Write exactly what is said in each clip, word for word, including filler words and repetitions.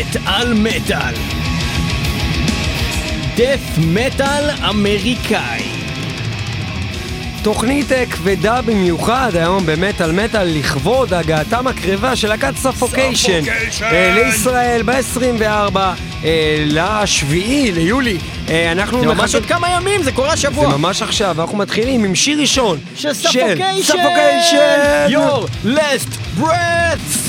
מטל מטל, דף מטל אמריקאי. תוכנית כבדה במיוחד היום במטל מטל לכבוד הגעתם הקרבה של להקת ספוקיישן לישראל ב-עשרים וארבעה לשביעי ליולי. אנחנו זה ממש עוד כמה ימים, זה קורה שבוע. זה ממש עכשיו, אנחנו מתחילים עם שיר ראשון של ספוקיישן, Your Last Breath.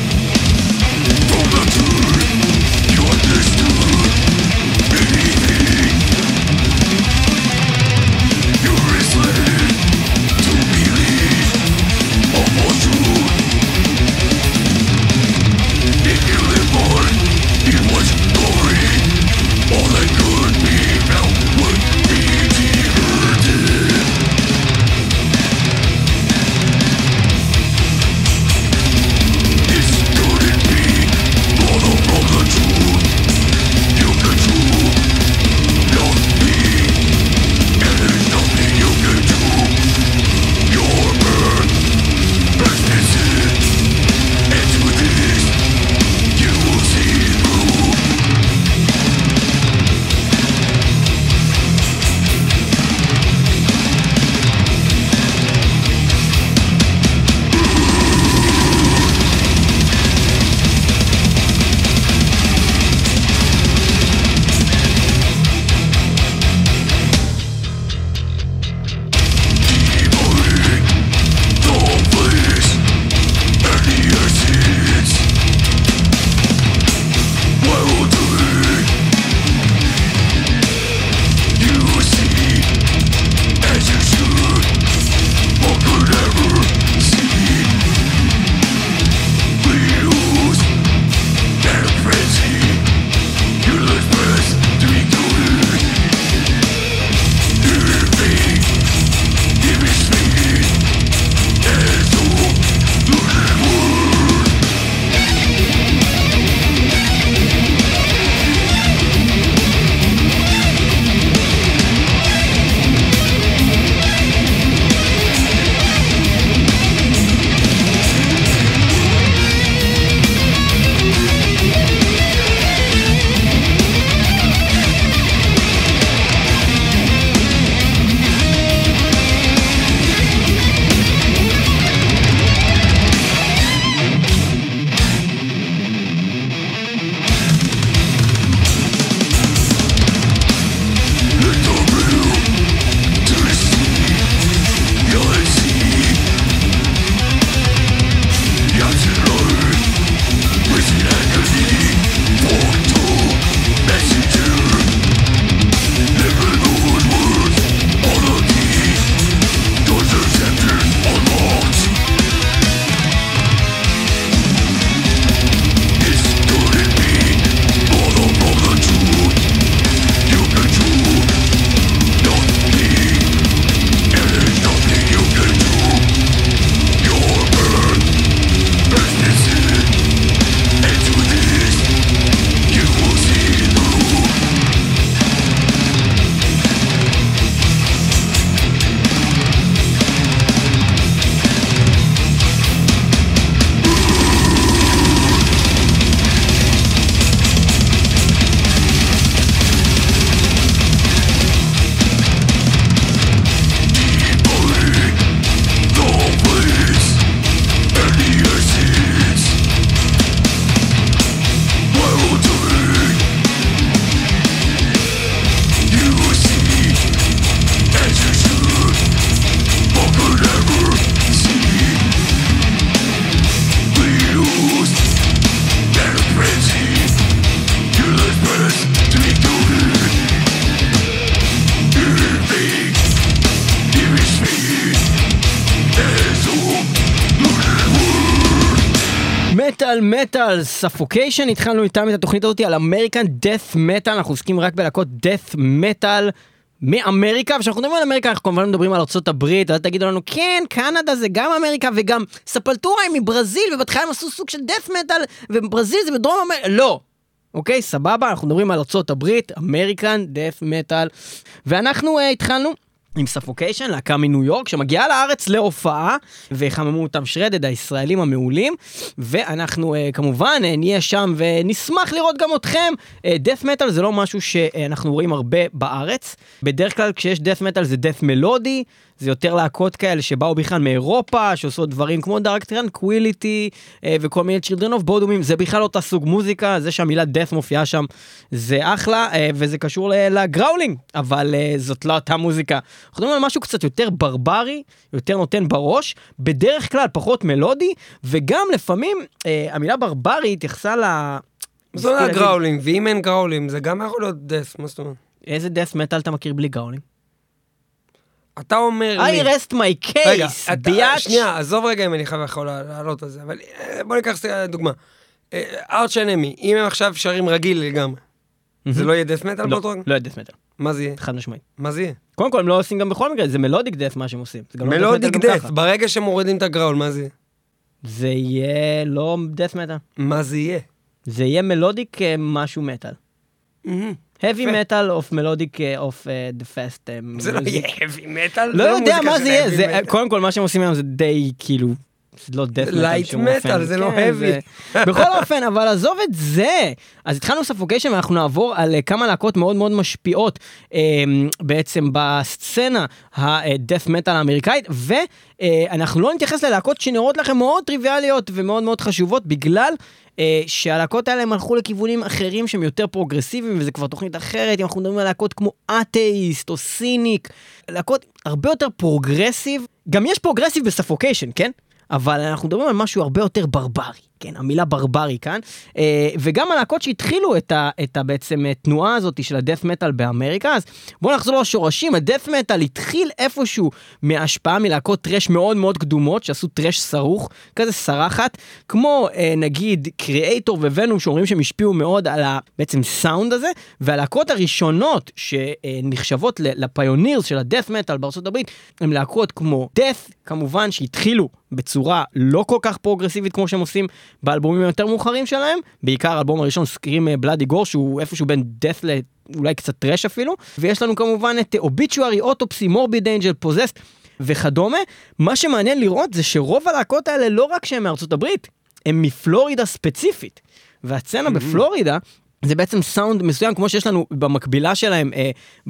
מטל מטל ספוקיישן, התחלנו איתם את התוכנית הזאת על אמריקן דף מטל. אנחנו עוסקים רק בלהקות דף מטל מאמריקה, ושאנחנו מדברים על אמריקה אנחנו כמובן מדברים על ארצות הברית, אז תגידו לנו כן, קנדה זה גם אמריקה, וגם ספלטורה הם מברזיל, ובתחילה הם עשו סוג של דף מטל, וברזיל זה בדרום אמריקה, לא, אוקיי, סבבה, אנחנו מדברים על ארצות הברית, אמריקן דף מטל, ואנחנו uh, התחלנו עם ספוקיישן, להקה מניו יורק, שמגיעה לארץ להופעה, וחממו אותם שרדד, הישראלים המעולים, ואנחנו כמובן נהיה שם ונשמח לראות גם אתכם. דף מטל זה לא משהו שאנחנו רואים הרבה בארץ, בדרך כלל כשיש דף מטל זה דף מלודי, זה יותר להקות כאלה שבאו בכלל מאירופה, שעושות דברים כמו דארק טרנקוויליטי, וכל מיני Children of Bodom, זה בכלל אותה סוג מוזיקה, זה שהמילה דף מופיעה שם, זה אחלה, וזה קשור לגראולינג, אבל זאת לא אותה מוזיקה. אנחנו מדברים על משהו קצת יותר ברברי, יותר נותן בראש, בדרך כלל פחות מלודי, וגם לפעמים המילה ברברי התייחסה ל... זה לא גראולינג, ואם אין גראולינג, זה גם יכול להיות דף, מה זאת אומרת? איזה דף מטל אתה מכיר בלי גראולינג? אתה אומר לי... I rest my case, ביאץ'. שנייה, עזוב רגע אם אני חייב יכול לעלות על זה, אבל בוא ניקח דוגמה. ארץ' אנמי, אם הם עכשיו שרים רגיל לגמרי, זה לא יהיה דף מטל? לא, לא יהיה דף מטל. מה זה יהיה? חד משמעית. מה זה יהיה? קודם כל, הם לא עושים גם בכל מקרה, זה מלודיק דף מה שהם עושים. מלודיק דף, ברגע שמורידים את הגראול, מה זה יהיה? זה יהיה לא דף מטל. מה זה יהיה? זה יהיה מלודיק משהו מטל. heavy metal of melodic of the fast music. זה לא יהיה heavy metal? לא יודע מה זה יהיה, קודם כל מה שהם עושים היום זה די כאילו, זה לא death metal. לייט מטל, זה לא heavy. בכל אופן, אבל עזוב את זה. אז התחלנו ספוקיישן ואנחנו נעבור על כמה להקות מאוד מאוד משפיעות בעצם בסצנה ה-death metal האמריקאית, ואנחנו לא נתייחס ללהקות שנראות לכם מאוד טריוויאליות ומאוד מאוד חשובות, בגלל שהלהקות האלה הם הלכו לכיוונים אחרים שהם יותר פרוגרסיביים, וזה כבר תוכנית אחרת. אם אנחנו מדברים על להקות כמו אתאיסט או סיניק, להקות הרבה יותר פרוגרסיב, גם יש פרוגרסיב בספוקיישן, כן? אבל אנחנו מדברים על משהו הרבה יותר ברברי, כן, המילה ברברי כאן, וגם הלהקות שהתחילו את, ה, את ה, בעצם תנועה הזאת של הדף מטל באמריקה. אז בואו נחזור לשורשים. הדף מטל התחיל איפשהו מהשפעה מלהקות טרש מאוד מאוד קדומות, שעשו טרש סרוך, כזה סרחת, כמו נגיד קריאייטור וונום, שאומרים שהם השפיעו מאוד על ה, בעצם סאונד הזה, והלהקות הראשונות שנחשבות לפיונירס של הדף מטל בארצות הברית, הם להקות כמו דף, כמובן שהתחילו בצורה לא כל כך פרוגרסיבית כמו שהם עושים באלבומים היותר מאוחרים שלהם, בעיקר האלבום הראשון סקרים בלאדי גור, שהוא איפשהו בין דף לאולי קצת טרש אפילו, ויש לנו כמובן את אוביצ'וארי, אוטופסי, מורביד אנג'ל, פוזסט וכדומה. מה שמעניין לראות זה שרוב הלהקות האלה לא רק שהם מארצות הברית, הם מפלורידה ספציפית, והסצנה בפלורידה זה בעצם סאונד מסוים, כמו שיש לנו במקבילה שלהם אה,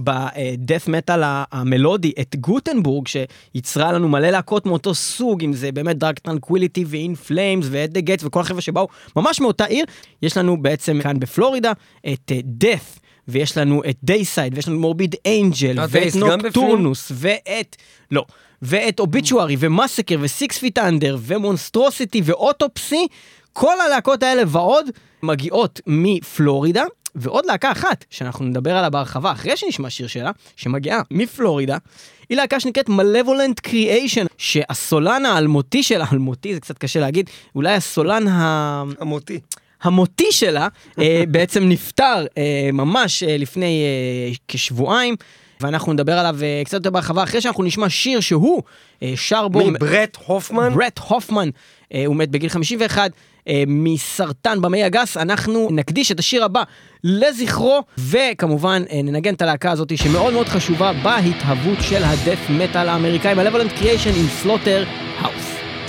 בדף מטל המלודי, את גוטנבורג, שיצרה לנו מלא להקות מאותו סוג, אם זה באמת דארק טרנקוויליטי ואין פליימס ואט דה גייטס וכל החבר'ה שבאו ממש מאותה עיר. יש לנו בעצם כאן בפלורידה את דף, ויש לנו את דייסייד, ויש לנו מורביד אנג'ל, ואת נוקטורנוס, ואת, לא, ואת אוביצ'וארי, ומאסקר, וסיקס פיט אנדר, ומונסטרוסיטי, ואוטופסי. כל הלהקות האלה ועוד מגיעות מפלורידה, ועוד להקה אחת, שאנחנו נדבר עליה בהרחבה, אחרי שנשמע שיר שלה, שמגיעה מפלורידה, היא להקה שנקראת Malevolent Creation, שהסולן האלמותי שלה, אלמותי זה קצת קשה להגיד, אולי הסולן ה... המותי. המותי שלה, בעצם נפטר ממש לפני כשבועיים, ואנחנו נדבר עליו קצת יותר בהרחבה, אחרי שאנחנו נשמע שיר שהוא שר בו... מברט הופמן? ברט הופמן, הוא מת בגיל חמישים ואחת, מסרטן במעי הגס. אנחנו נקדיש את השיר הבא לזכרו, וכמובן ננגן את הלהקה הזאת שמאוד מאוד חשובה בהתהוות של הדף מטל האמריקאי, Malevolent Creation עם סלוטר האוס.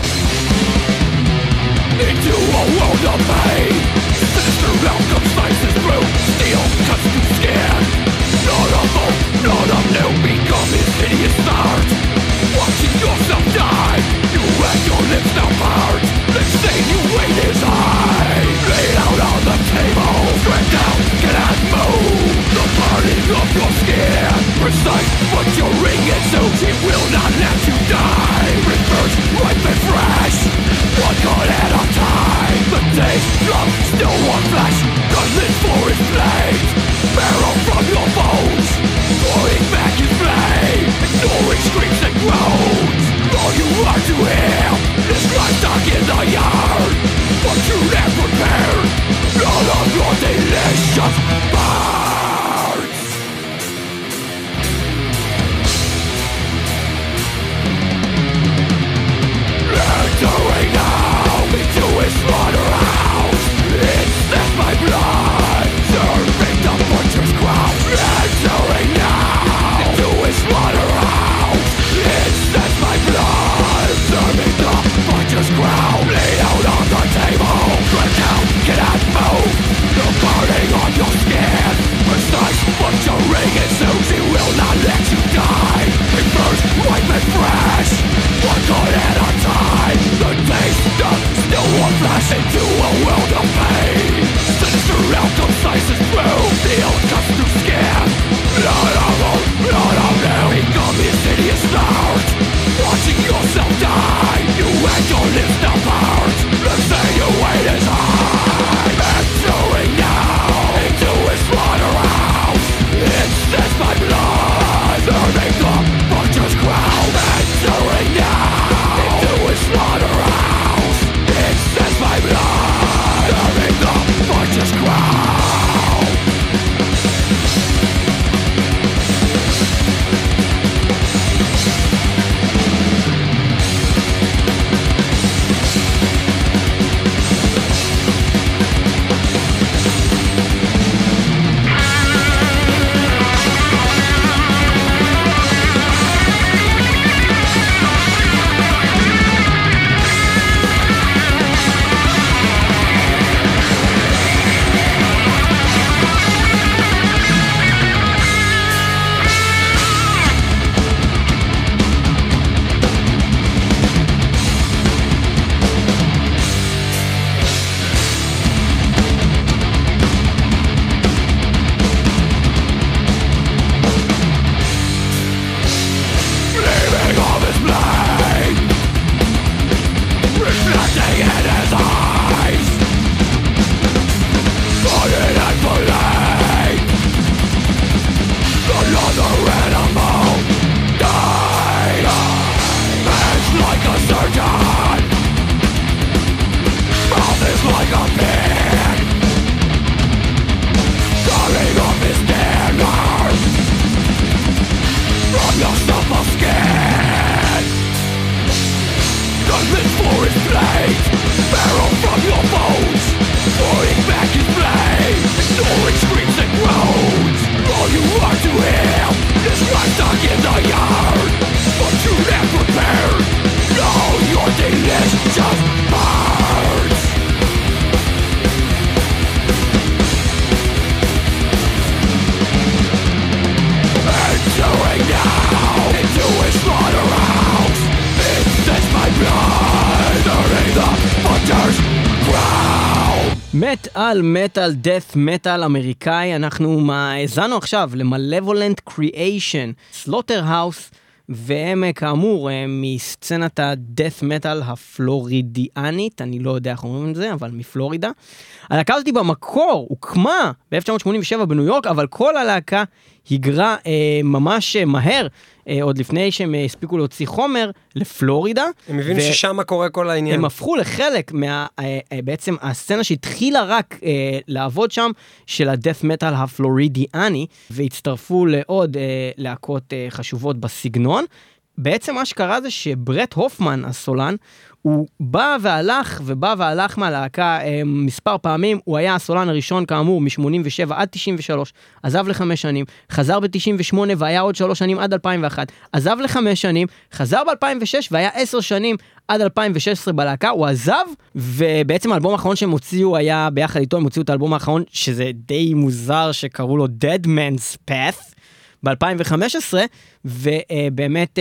Into a world of pain, sinister outcomes slices through, steel cuts to skin. Not of hope, not of new, become his hideous start. Watching yourself die, you had your lips now part. The stain you wait is high, laid out on the table. Stretch out, cannot move, the parting of your skin. Precise what you're ringing, so it will not let you die. Reverse, ripe and fresh, one cut at a time. The taste of still warm flesh, gutless for his blade. Marrow from your bones, pouring back his flame, ignoring screams and groans. מטאל, מטאל, death metal אמריקאי, אנחנו האזנו עכשיו ל-Malevolent Creation, Slaughterhouse, והם כאמור מסצנת ה-death metal הפלורידיאנית, אני לא יודע איך אומרים את זה, אבל מפלורידה. הלהקה הזאת במקור הוקמה ב-אלף תשע מאות שמונים ושבע בניו יורק, אבל כל הלהקה היגרה אה, ממש מהר, אה, עוד לפני שהם הספיקו להוציא חומר לפלורידה. הם מבינים ו- ששם קורה כל העניין. הם הפכו לחלק מה... אה, אה, בעצם הסצנה שהתחילה רק אה, לעבוד שם, של ה-death metal הפלורידיאני, והצטרפו לעוד אה, להקות אה, חשובות בסגנון. בעצם מה שקרה זה שברט הופמן, הסולן, הוא בא והלך ובא והלך מהלהקה אה, מספר פעמים, הוא היה הסולן הראשון כאמור מ-שמונים ושבע עד תשעים ושלוש, עזב לחמש שנים, חזר ב-תשעים ושמונה והיה עוד שלוש שנים עד אלפיים ואחת, עזב לחמש שנים, חזר ב-אלפיים ושש והיה עשר שנים עד אלפיים ושש עשרה בלהקה, הוא עזב, ובעצם האלבום האחרון שהם הוציאו היה ביחד איתו, הם הוציאו את האלבום האחרון, שזה די מוזר שקראו לו Dead Man's Path, ב-אלפיים וחמש עשרה, ובאמת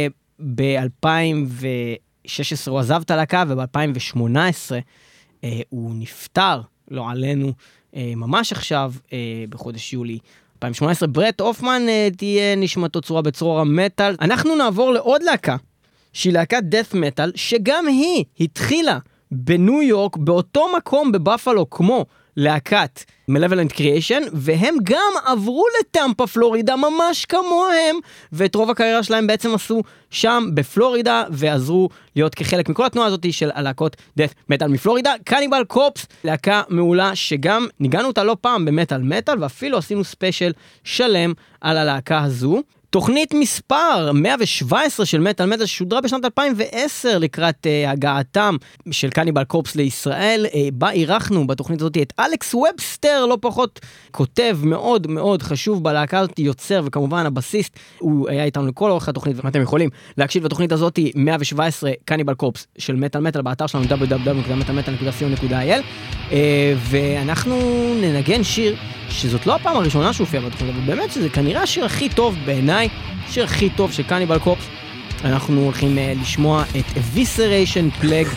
ב-אלפיים ושש עשרה הוא עזב את הלהקה, וב-אלפיים ושמונה עשרה הוא נפטר, לא עלינו, ממש עכשיו, בחודש יולי אלפיים ושמונה עשרה. ברט הופמן תהיה נשמתו צורה בצרור המטל. אנחנו נעבור לעוד להקה, שהיא להקת death metal, שגם היא התחילה בניו יורק, באותו מקום בבאפלו, כמו להקת Malevolent Creation, והם גם עברו לטמפה פלורידה ממש כמוהם, ואת רוב הקריירה שלהם בעצם עשו שם בפלורידה, ועזרו להיות כחלק מכל התנועה הזאת של הלהקות death metal מפלורידה. קניבל קורפס, להקה מעולה שגם ניגענו אותה לא פעם במטל מטל, ואפילו עשינו ספיישל שלם על הלהקה הזו. תוכנית מספר מאה שבע עשרה של מטל מטל שודרה בשנת אלפיים ועשר לקראת uh, הגעתם של קניבל קורפס לישראל, uh, בה אירחנו בתוכנית הזאת את אלכס ובסטר, לא פחות כותב מאוד מאוד חשוב בלהקה הזאת, יוצר וכמובן הבסיסט, הוא היה איתנו לכל אורך התוכנית, ואתם יכולים להקשיב לתוכנית הזאת מאה שבע עשרה קניבל קורפס של מטל מטל באתר שלנו דאבליו דאבליו דאבליו נקודה מטל מטל נקודה סי או נקודה איי אל, uh, ואנחנו ננגן שיר שזאת לא הפעם הראשונה שהופיע בתוכנית, אבל באמת שזה כנראה השיר הכי טוב בעיניי, השיר הכי טוב של קניבל קורפס. אנחנו הולכים uh, לשמוע את Evisceration Plague.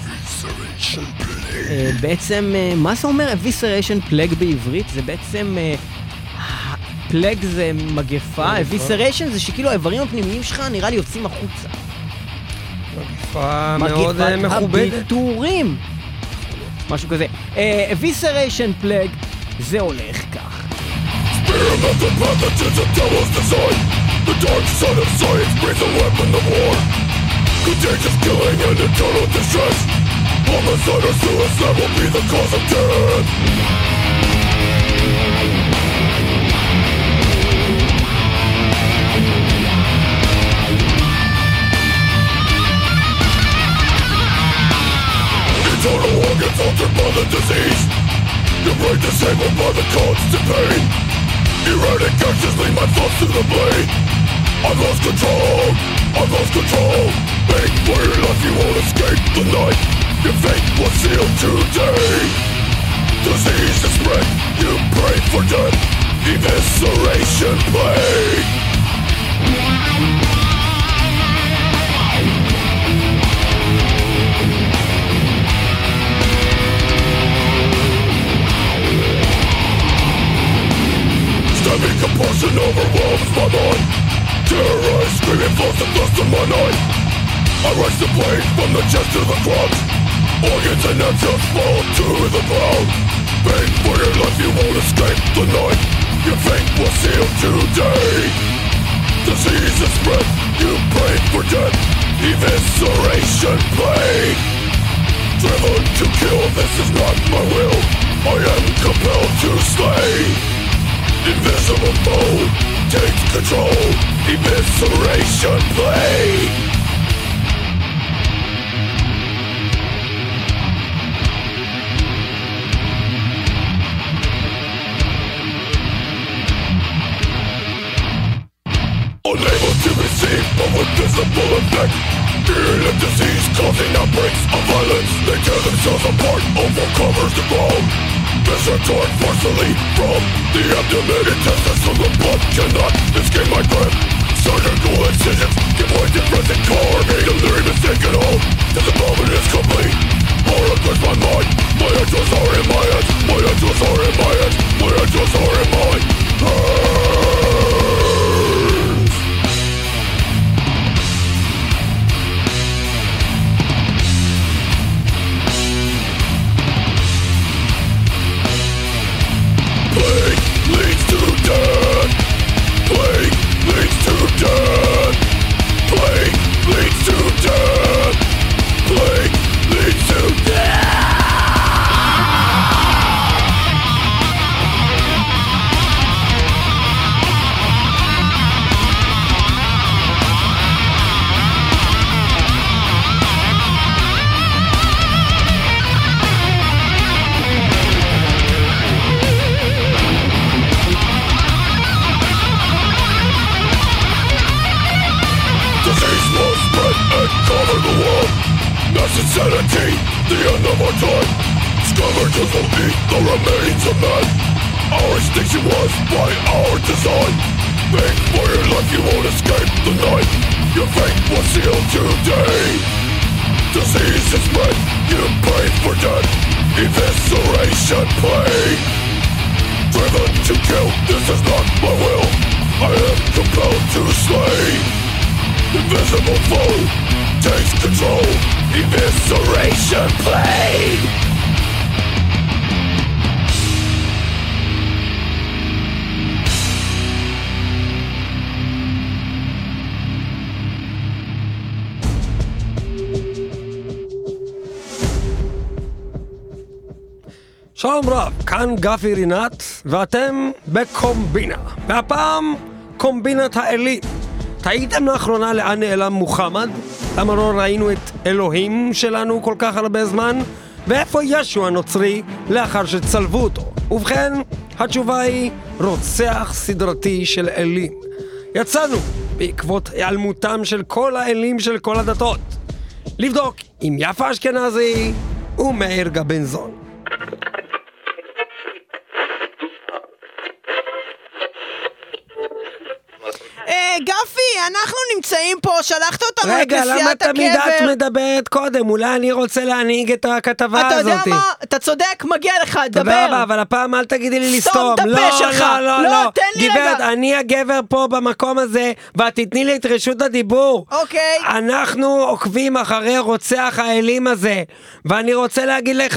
uh, בעצם, uh, מה זה אומר Evisceration Plague בעברית? זה בעצם, פלג uh, זה מגפה, Evisceration זה שכאילו האיברים הפנימיים שלך נראה לי יוצאים החוצה. מגפה מאוד uh, מכובדת. מגפת הביטורים. משהו כזה. Uh, Evisceration Plague, זה הולך כך. Experiment the pathogens of devil's design. The dark side of science breathes a weapon of war. Contagious killing and eternal distress. Homicide or suicide will be the cause of death. Internal organs altered by the disease. Your brain disabled by the constant pain. Erratic actions lead my thoughts to the blade. I've lost control, I've lost control. Beg for your life, you won't escape the night. Your fate was sealed today. Disease is spread, you pray for death. Evisceration plague. Stabbing compulsion overwhelms my mind. Terrorized, screaming flows the dust of my night. I rise the blade from the chest to the crotch. Organs and entrails fall to the ground. Beg for your life, you won't escape the night. Your fate was sealed today. Disease is spread, you pray for death. Evisceration plague. Driven to kill, this is not my will. I am compelled to slay. Invisible foe takes control. Evisceration plague. Unable to receive but with visible effect. Fear and disease causing outbreaks of violence. They tear themselves apart, overcovers the ground. Viscera torn forcefully from the abdomen. Intestines from the blood cannot escape my grip. Surgical incisions give way to present carnage. Delirium is taken hold, this abdomen is complete. Horror grips my mind, my entrails are in my hands. Insanity, the end of our time. Scavengers will eat the remains of man. Our extinction was by our design. Think for your life, you won't escape the night. Your fate was sealed today. Disease is spread, you pay for death. Evisceration play. Driven to kill, this is not my will. I am compelled to slay. Invisible foe takes control. Evisceration play. שלום רב, כאן גפי רינת, ואתם בקומבינה. והפעם, קומבינת האלים. תהיתם לאחרונה לאן נעלם מוחמד? למה לא ראינו את אלוהים שלנו כל כך הרבה זמן? ואיפה ישו הנוצרי לאחר שצלבו אותו? ובכן, התשובה היא רוצח סדרתי של אלים. יצאנו בעקבות היעלמותם של כל האלים של כל הדתות. לבדוק עם יפה אשכנזי ומאיר גבנזון. גפי, אנחנו נמצאים פה, שלחת אותנו רגע, לכנסיית למה הקבר. תמיד את מדברת קודם? אולי אני רוצה להנהיג את הכתבה אתה הזאת. יודע מה? אתה צודק, מגיע לך, דבר. תודה רבה, אבל הפעם אל תגידי לי לסתום. סתום את הפה לא, שלך. לא, לא, לא, לא. תן לי גברת, רגע. אני הגבר פה במקום הזה, ואת תתני לי את רשות הדיבור. אוקיי. אנחנו עוקבים אחרי רוצח האלים הזה, ואני רוצה להגיד לך,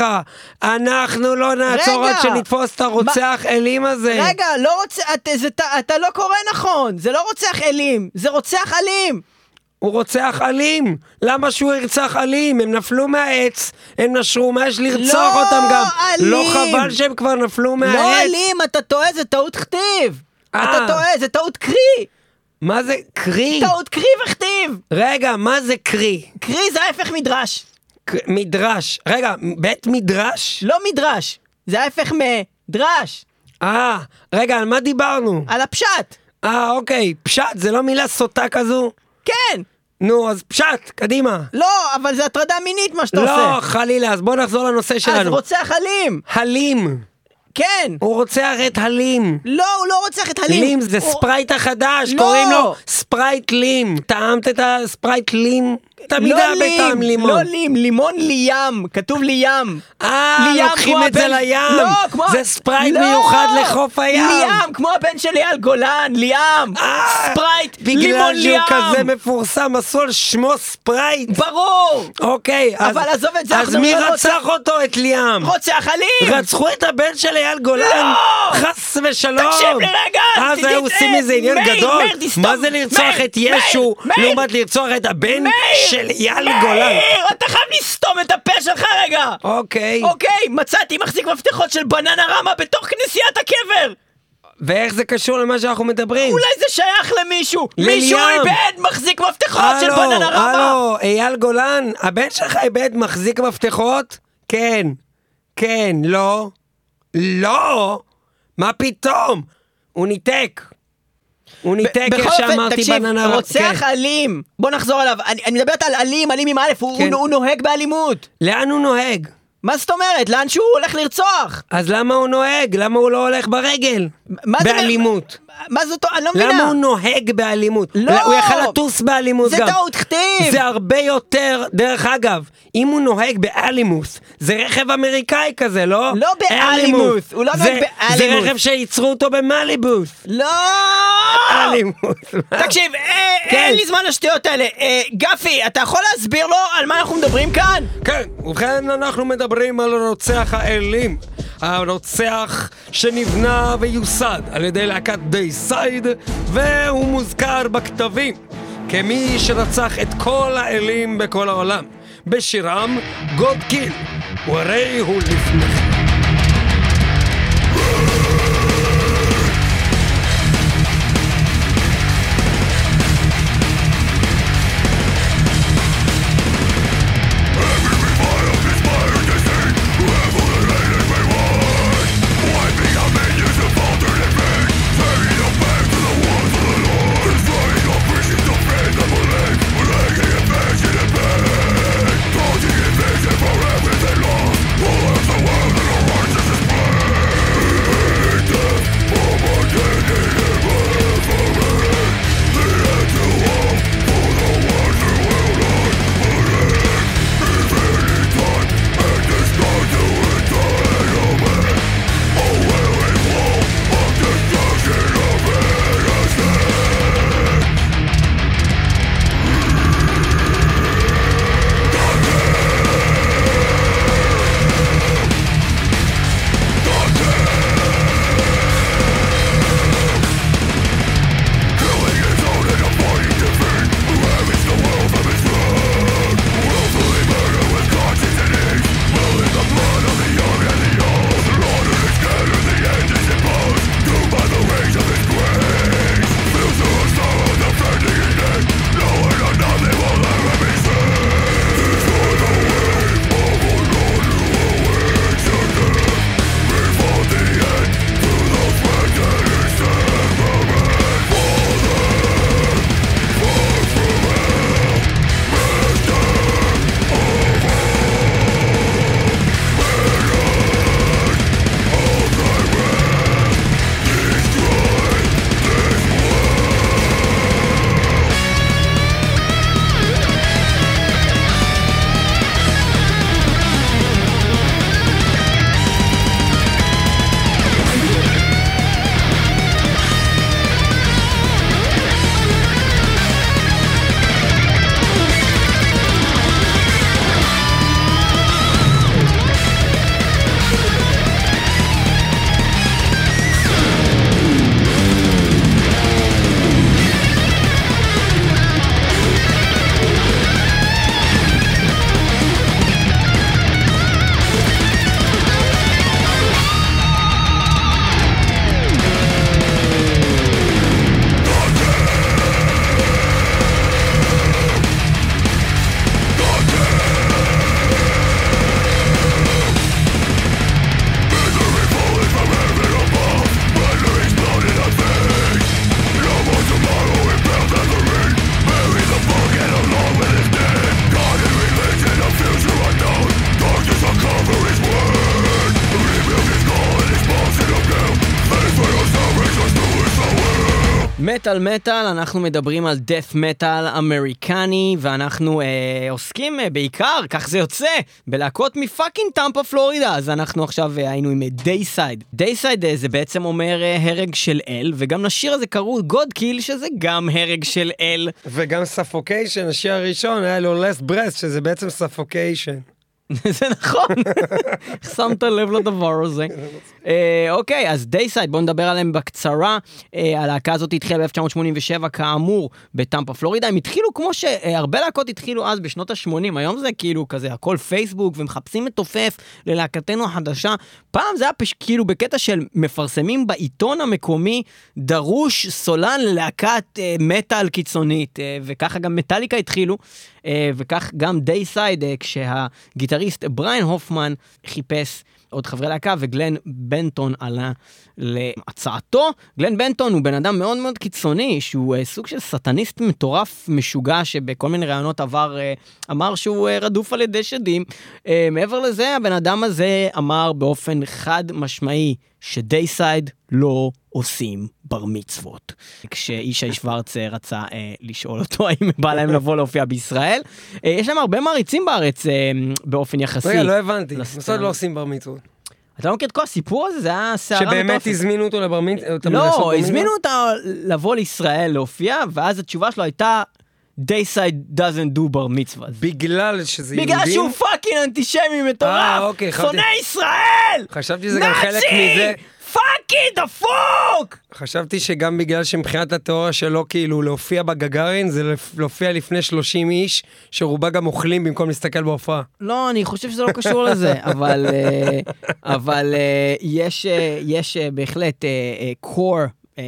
אנחנו לא נעצור רגע. עד שנתפוס את הרוצח אלים הזה. רגע, לא רוצה, אתה, זה, אתה לא קורא נכון, זה לא רוצח אלים, זה רוצח אלים. הוא רוצח אלים. למה שהוא ירצח אלים? הם נפלו מהעץ, הם נשרו, מה יש לרצוח לא אותם גם? אלים. לא חבל שהם כבר נפלו מהעץ? לא אלים, אתה טועה, זה טעות כתיב. אה. אתה טועה, זה טעות קרי. מה זה קרי? טעות קרי וכתיב. רגע, מה זה קרי? קרי זה ההפך מדרש. ק- מדרש. רגע, בית מדרש? לא מדרש, זה ההפך מדרש. אה, רגע, על מה דיברנו? על הפשט. אה, אוקיי, פשט, זה לא מילה סוטה כזו? כן. נו, אז פשט, קדימה. לא, אבל זה הטרדה מינית מה שאתה לא, עושה. חלילה, אז בוא נחזור לנושא אז שלנו. רוצח אלים. הלים. כן. הוא רוצח את הלים. לא, הוא לא רוצח את הלים. לים זה הוא- ספרייט החדש, לא. קוראים לו ספרייט לים. טעמת את הספרייט לים? תמיד לא היה בטעם לים, לימון. לא לים, לימון לים, כתוב לי ים. אה, לים לוקחים כמו את זה הבן- לים. לא, כמו... זה ספרייט לא. מיוחד לחוף הים. לים, כמו הבן של אייל גולן, לים. אה, ספרייט, בגלל לימון שהוא לים. כזה מפורסם, עשו על שמו ספרייט. ברור. אוקיי, אז, אבל עזוב את זה, אז אנחנו מי לא רצח אותו, את ליאם? רוצח אלים. רצחו את הבן של אייל גולן? לא. חס ושלום. תקשיב לי רגע. אז תדע- היו עושים מזה עניין מאיר, גדול. מאיר, תסתום. מה זה לרצוח מאיר, את ישו מאיר, לעומת לרצוח את הבן מאיר, של אייל מאיר, גולן? אתה חייב לסתום את הפה שלך רגע. אוקיי. אוקיי, מצאתי מחזיק מפתחות של בננה רמה בתוך כנסיית הקבר. ואיך זה קשור למה שאנחנו מדברים? אולי זה שייך למישהו. לליאם. מישהו איבד מחזיק מפתחות של הלו, בננה רמה. הלו, אייל גולן, הבן שלך איבד מחזיק מפתחות? כן. כן, לא. לא. מה פתאום? הוא ניתק. הוא ניתק איך בכל אופן, שאמרתי תקשיב, בננה. רוצח כן. אלים. בוא נחזור עליו. אני, אני מדברת על אלים, אלים עם א', הוא, כן. הוא, הוא נוהג באלימות. לאן הוא נוהג? מה זאת אומרת? לאן שהוא הולך לרצוח? אז למה הוא נוהג? למה הוא לא הולך ברגל? מה זה- באלימות. מה זאת? אני לא מבינה. למה הוא נוהג באלימות? לא. הוא יכל לטוס באלימות זה גם. טעות כתיב. זה הרבה יותר, דרך אגב, אם הוא נוהג באלימוס, זה רכב אמריקאי כזה, לא? לא באלימוס, הוא לא זה- נוהג באלימוס. זה רכב שייצרו אותו במליבוס. לא! אלימוס. תקשיב, אה, כן. אין לי זמן לשטויות האלה. אה, גפי, אתה יכול להסביר לו על מה אנחנו מדברים כאן? כן, ובכן אנחנו מדברים על רוצח האלים. הרוצח שנבנה ויוסד על ידי להקת דייסייד, והוא מוזכר בכתבים כמי שרצח את כל האלים בכל העולם בשירם God Kill, והרי הוא לפניכם. Causing invasion במטל מטל אנחנו מדברים על death metal אמריקני, ואנחנו אה, עוסקים אה, בעיקר, כך זה יוצא, בלהקות מפאקינג טמפה פלורידה. אז אנחנו עכשיו אה, היינו עם דייסייד. דייסייד אה, זה בעצם אומר אה, הרג של אל, וגם לשיר הזה קראו גודקיל, שזה גם הרג של אל. וגם ספוקיישן, השיר הראשון היה לו last breath, שזה בעצם ספוקיישן. זה נכון, שמת לב לדבר הזה. אוקיי, אז דייסייד, בואו נדבר עליהם בקצרה. הלהקה הזאת התחילה ב-אלף תשע מאות שמונים ושבע, כאמור, בטמפה פלורידה. הם התחילו כמו שהרבה להקות התחילו אז בשנות ה-שמונים, היום זה כאילו כזה, הכל פייסבוק, ומחפשים מתופף ללהקתנו החדשה. פעם זה היה פש... כאילו בקטע של מפרסמים בעיתון המקומי, דרוש סולן ללהקת מטל קיצונית, וככה גם מטליקה התחילו, וכך גם דייסייד, כשהגיטריסט בריין הופמן חיפש עוד חברי להקה, וגלן בנטון עלה להצעתו. גלן בנטון הוא בן אדם מאוד מאוד קיצוני, שהוא סוג של סטניסט מטורף משוגע, שבכל מיני רעיונות עבר אמר שהוא רדוף על ידי שדים. מעבר לזה, הבן אדם הזה אמר באופן חד משמעי, שדייסייד לא עושים בר מצוות. כשאישי שוורץ רצה אה, לשאול אותו האם בא להם לבוא להופיע בישראל. אה, יש להם הרבה מעריצים בארץ אה, באופן יחסי. רגע, לא הבנתי. בסוד לא עושים בר מצוות. אתה לא מכיר את כל הסיפור הזה? זה היה שערה מטורפת. שבאמת הזמינו אותו לבר מצוות? לא, הזמינו אותו לבוא לישראל להופיע, ואז התשובה שלו הייתה, Dayside doesn't do בר מצוות. בגלל שזה יהודים? בגלל שהוא פאקינג אנטישמי מטורף! שונא ישראל! חשתי שזה גם חלק מזה. פאקינג דפוק! חשבתי שגם בגלל שמבחינת התיאוריה שלו כאילו להופיע בגגארין, זה להופיע לפני שלושים איש, שרובה גם אוכלים במקום להסתכל בהופעה. לא, אני חושב שזה לא קשור לזה, אבל, אבל יש, יש בהחלט קור,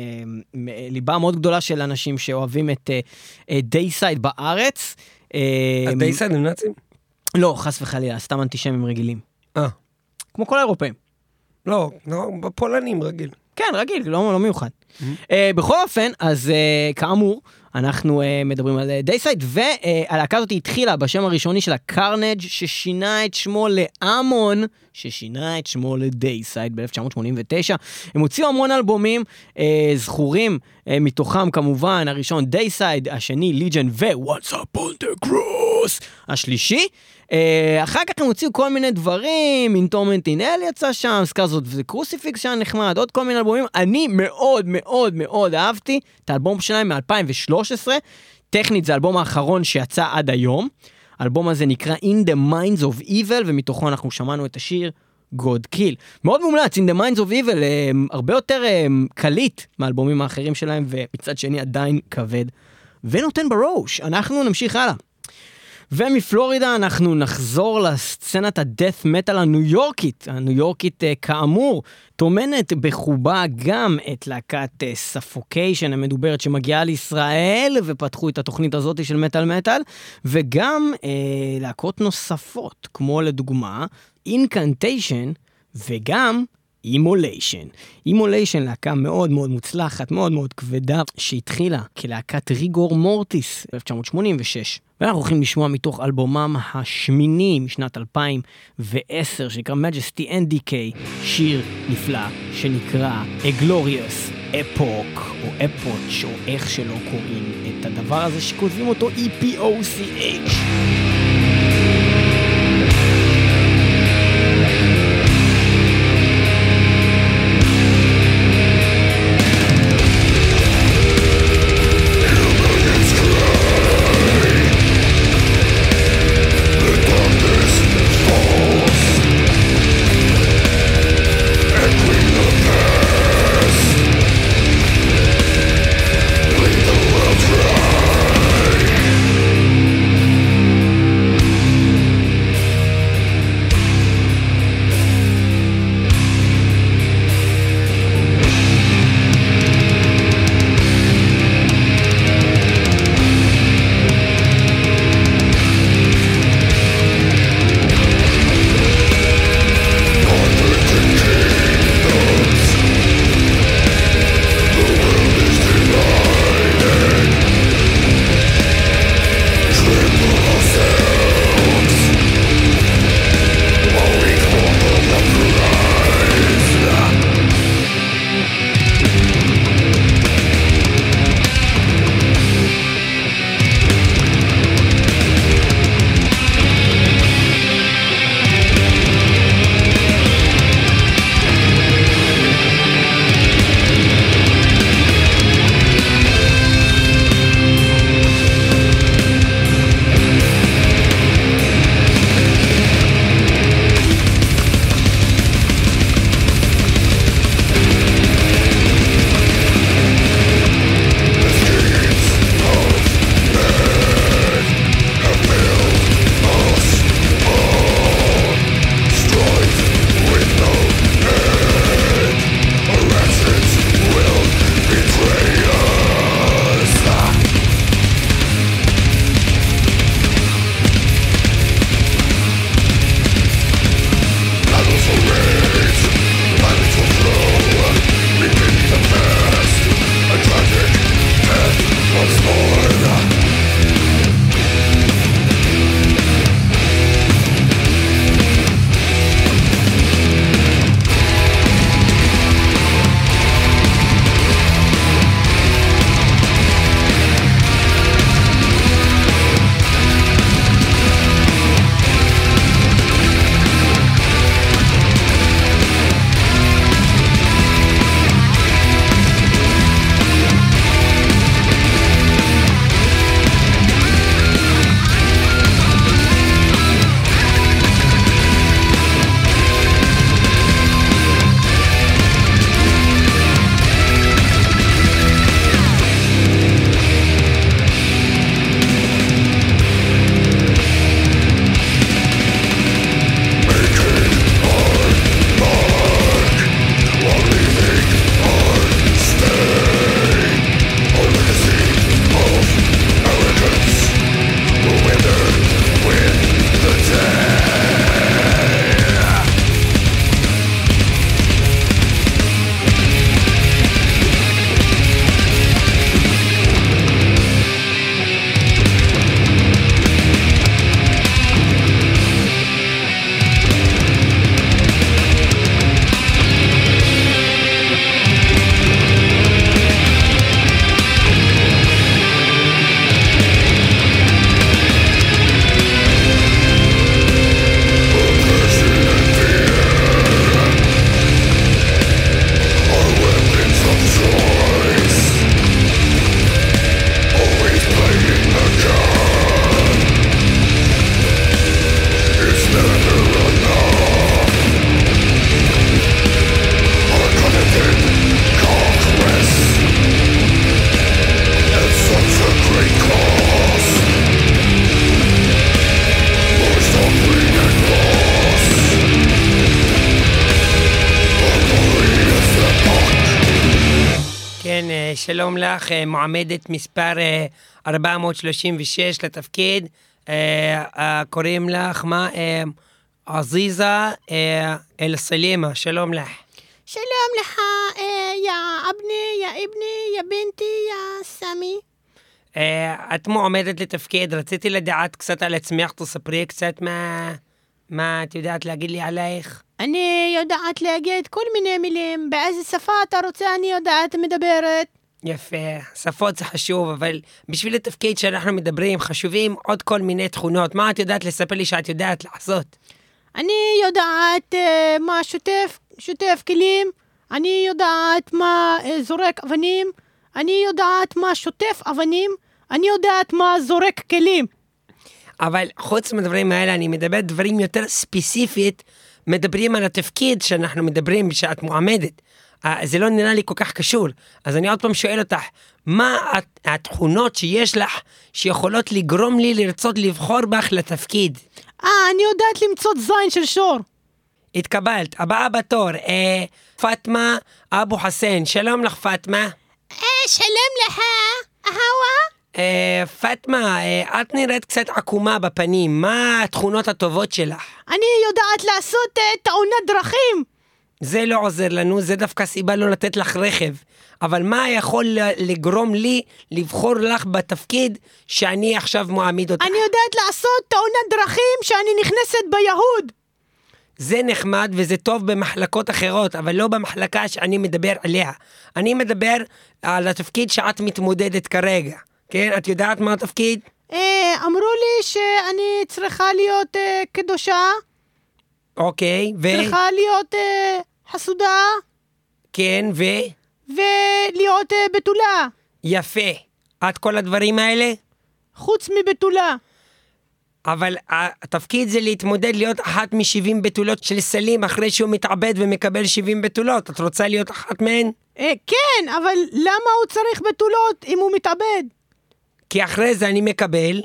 ליבה מאוד גדולה של אנשים שאוהבים את דייסייד בארץ. הדייסייד הם נאצים? לא, חס וחלילה, סתם אנטישמים רגילים. אה. כמו כל האירופאים. לא, לא, בפולנים רגיל. כן, רגיל, לא, לא מיוחד. Mm-hmm. Uh, בכל אופן, אז uh, כאמור, אנחנו uh, מדברים על דייסייד, והלהקה הזאת התחילה בשם הראשוני של הקרנג' ששינה את שמו לאמון, ששינה את שמו לדייסייד ב-אלף תשע מאות שמונים ותשע. הם הוציאו המון אלבומים uh, זכורים, uh, מתוכם כמובן הראשון דייסייד, השני ליג'ן ו-What's Up on the Cross, השלישי. Uh, אחר כך הם הוציאו כל מיני דברים, אינטורמנט אין אל יצא שם, סקרזות וקרוסיפיקס שהיה נחמד, עוד כל מיני אלבומים. אני מאוד מאוד מאוד אהבתי את האלבום שלהם מ-אלפיים ושלוש עשרה, טכנית זה האלבום האחרון שיצא עד היום. האלבום הזה נקרא In the Minds of Evil, ומתוכו אנחנו שמענו את השיר God Kill. מאוד מומלץ, In the Minds of Evil, um, הרבה יותר um, קליט מהאלבומים האחרים שלהם, ומצד שני עדיין כבד ונותן בראש. אנחנו נמשיך הלאה. ומפלורידה אנחנו נחזור לסצנת הדף מטל הניו יורקית. הניו יורקית כאמור תומנת בחובה גם את להקת ספוקיישן המדוברת שמגיעה לישראל, ופתחו את התוכנית הזאת של מטל מטל, וגם אה, להקות נוספות, כמו לדוגמה אינקנטיישן וגם אימוליישן. אימוליישן, להקה מאוד מאוד מוצלחת, מאוד מאוד כבדה, שהתחילה כלהקת ריגור מורטיס ב-אלף תשע מאות שמונים ושש. ואנחנו הולכים לשמוע מתוך אלבומם השמיני משנת אלפיים ועשר, שנקרא Majesty and Decay, שיר נפלא שנקרא A Glorious Epoch, או Epoch, או איך שלא קוראים את הדבר הזה שכותבים אותו E P O C H. שלום לך, מועמדת מספר ארבע מאות שלושים ושש לתפקיד, קוראים לך מה? עזיזה אל-סלימה, שלום לך. שלום לך, יא אבני, יא אבני, יא בנתי, יא סמי. את מועמדת לתפקיד, רציתי לדעת קצת על עצמך, תספרי קצת מה, מה את יודעת להגיד לי עלייך? אני יודעת להגיד כל מיני מילים, באיזה שפה אתה רוצה אני יודעת מדברת. יפה, שפות זה חשוב, אבל בשביל התפקיד שאנחנו מדברים חשובים עוד כל מיני תכונות. מה את יודעת לספר לי שאת יודעת לעשות? אני יודעת uh, מה שוטף, שוטף כלים, אני יודעת מה uh, זורק אבנים, אני יודעת מה שוטף אבנים, אני יודעת מה זורק כלים. אבל חוץ מהדברים האלה אני מדבר דברים יותר ספציפית, מדברים על התפקיד שאנחנו מדברים שאת מועמדת. זה לא נראה לי כל כך קשור. אז אני עוד פעם שואל אותך, מה התכונות שיש לך שיכולות לגרום לי לרצות לבחור בך לתפקיד? אה, אני יודעת למצוא זין של שור. התקבלת. הבאה בתור, אה, פטמה אבו חסן. שלום לך פטמה. אה, שלום לך, אהווה. אה, פטמה, אה, את נראית קצת עקומה בפנים. מה התכונות הטובות שלך? אני יודעת לעשות אה, תאונת דרכים. זה לא עוזר לנו, זה דווקא סיבה לא לתת לך רכב. אבל מה יכול לגרום לי לבחור לך בתפקיד שאני עכשיו מועמיד אותך? אני יודעת לעשות תאונת דרכים שאני נכנסת ביהוד. זה נחמד וזה טוב במחלקות אחרות, אבל לא במחלקה שאני מדבר עליה. אני מדבר על התפקיד שאת מתמודדת כרגע. כן, את יודעת מה התפקיד? אה, אמרו לי שאני צריכה להיות אה, קדושה. אוקיי, ו... צריכה להיות אה, חסודה. כן, ו... ולהיות אה, בתולה. יפה. את כל הדברים האלה? חוץ מבתולה. אבל התפקיד זה להתמודד להיות אחת משבעים בתולות של סלים אחרי שהוא מתעבד ומקבל שבעים בתולות. את רוצה להיות אחת מהן? אה, כן, אבל למה הוא צריך בתולות אם הוא מתעבד? כי אחרי זה אני מקבל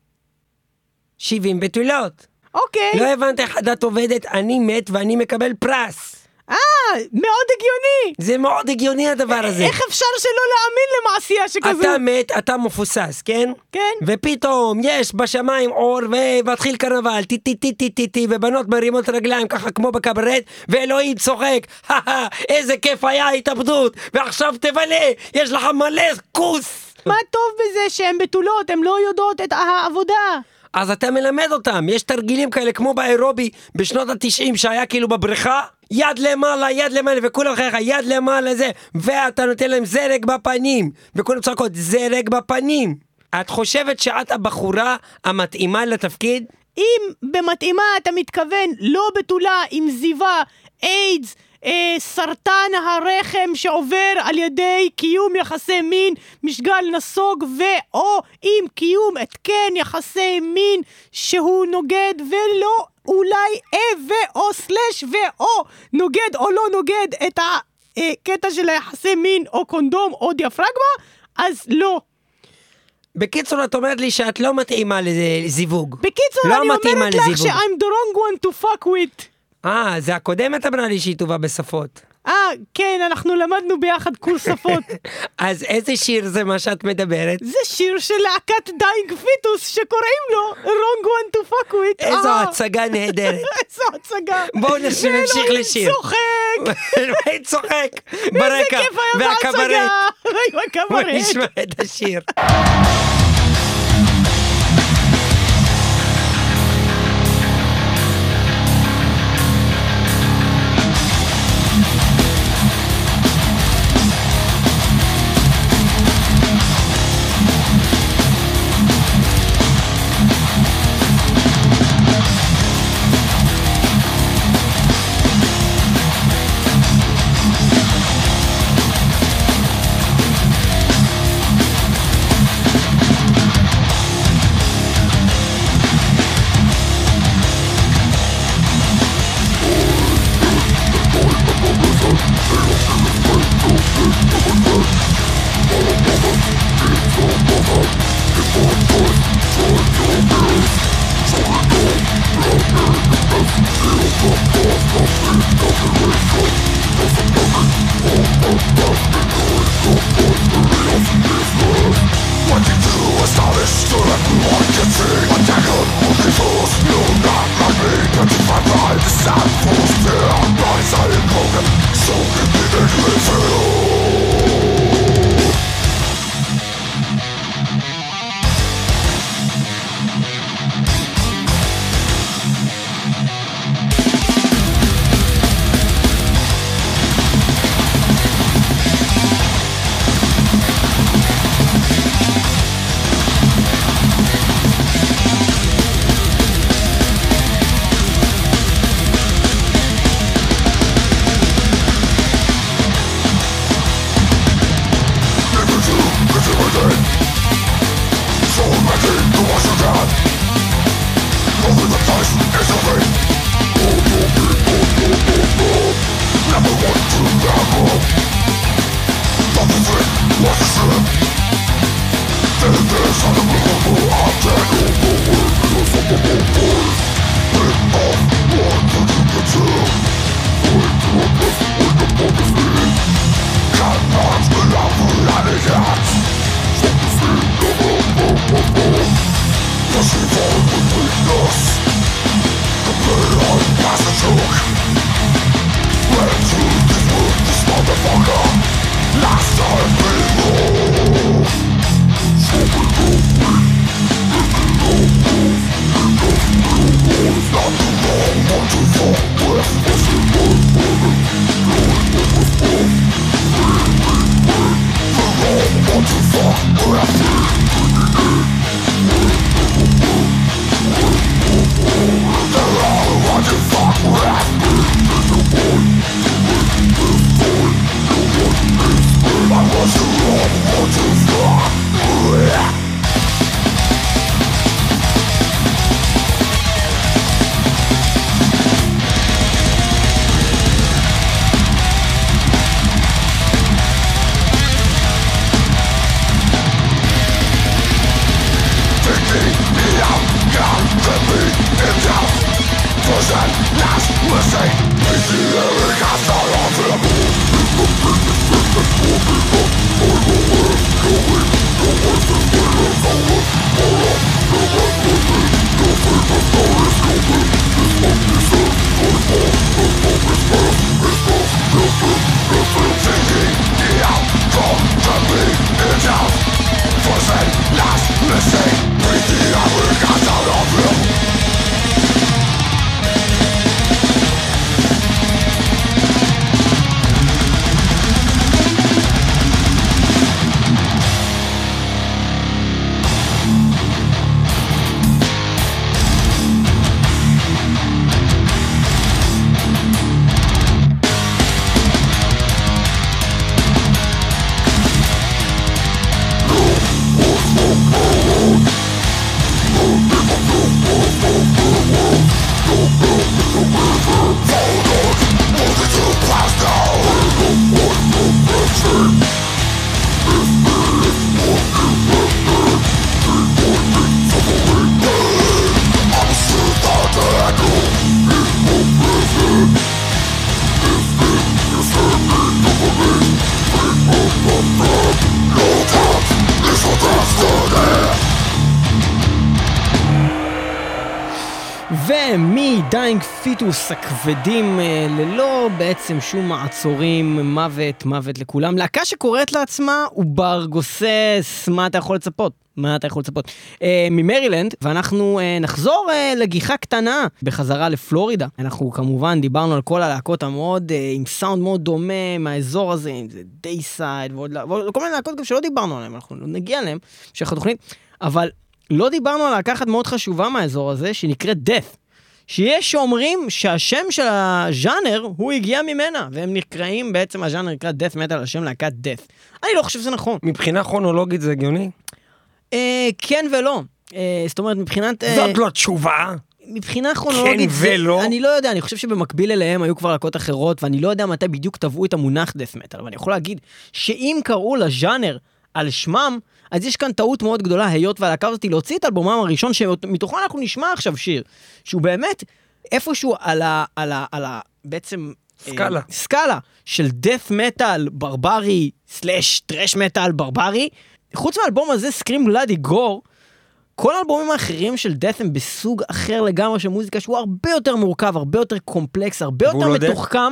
שבעים בתולות. אוקיי. לא הבנת איך את עובדת, אני מת ואני מקבל פרס. אה, מאוד הגיוני. זה מאוד הגיוני הדבר הזה. איך אפשר שלא להאמין למעשייה שכזו? אתה מת, אתה מפוסס, כן? כן. ופתאום יש בשמיים אור ומתחיל קרנבל, טי טי טי טי טי טי, ובנות מרימות רגליים ככה כמו בקברט, ואלוהים צוחק, איזה כיף היה התאבדות, ועכשיו תבלה, יש לך מלא כוס. מה טוב בזה שהן בתולות, הן לא יודעות את העבודה. אז אתה מלמד אותם, יש תרגילים כאלה כמו באירובי בשנות התשעים שהיה כאילו בבריכה, יד למעלה, יד למעלה, וכולם אחריך, יד למעלה זה, ואתה נותן להם זרק בפנים, וכולם צועקות, זרק בפנים. את חושבת שאת הבחורה המתאימה לתפקיד? אם במתאימה אתה מתכוון לא בתולה עם זיווה, איידס, אה, סרטן הרחם שעובר על ידי קיום יחסי מין, משגל נסוג, ואו עם קיום התקן יחסי מין שהוא נוגד ולא אולי אה ואו סלש ואו נוגד או לא נוגד את הקטע של היחסי מין או קונדום או דיאפרגמה, אז לא. בקיצור, את אומרת לי שאת לא מתאימה לזיווג. בקיצור, לא אני אומרת לך לזיווג. ש-I'm the wrong one to fuck with. אה, זה הקודמת אמרה לי שהיא טובה בשפות. אה, כן, אנחנו למדנו ביחד קורס שפות. אז איזה שיר זה מה שאת מדברת? זה שיר של להקת דיינג פיטוס שקוראים לו wrong one to fuck with. איזו הצגה נהדרת. איזו הצגה. בואו נמשיך לשיר. צוחק. אלוהים צוחק ברקע. והקברט. בואו נשמע את השיר. Doesn't ומדיינג פיטוס הכבדים ללא בעצם שום מעצורים, מוות, מוות לכולם. להקה שקוראת לעצמה עובר גוסס, מה אתה יכול לצפות? מה אתה יכול לצפות? אה, ממרילנד, ואנחנו אה, נחזור אה, לגיחה קטנה בחזרה לפלורידה. אנחנו כמובן דיברנו על כל הלהקות המאוד, אה, עם סאונד מאוד דומה מהאזור הזה, אם זה דייסייד ועוד, ועוד כל מיני להקות גם שלא דיברנו עליהם, אנחנו לא נגיע עליהם, שייך התוכנית, אבל לא דיברנו על להקה אחת מאוד חשובה מהאזור הזה, שנקראת Death. שיש שאומרים שהשם של הז'אנר הוא הגיע ממנה, והם נקראים, בעצם הז'אנר נקרא Death Metal, השם להקת Death. אני לא חושב שזה נכון. מבחינה כרונולוגית זה הגיוני? אה, כן ולא. אה, זאת אומרת, מבחינת... אה, זאת לא תשובה. מבחינה כרונולוגית כן זה... ולא. אני לא יודע, אני חושב שבמקביל אליהם היו כבר להקות אחרות, ואני לא יודע מתי בדיוק טבעו את המונח Death Metal, אבל אני יכול להגיד שאם קראו לז'אנר על שמם, אז יש כאן טעות מאוד גדולה, היות והלהקה הזאת להוציא את אלבומם הראשון, שמתוכו אנחנו נשמע עכשיו שיר, שהוא באמת איפשהו על ה... על ה... על ה... בעצם... סקאלה. אה, סקאלה של death metal ברברי, סלש טרש מטל ברברי. חוץ מהאלבום הזה, סקרים בלאדי גור, כל האלבומים האחרים של death הם בסוג אחר לגמרי של מוזיקה, שהוא הרבה יותר מורכב, הרבה יותר קומפלקס, הרבה יותר לא מתוחכם,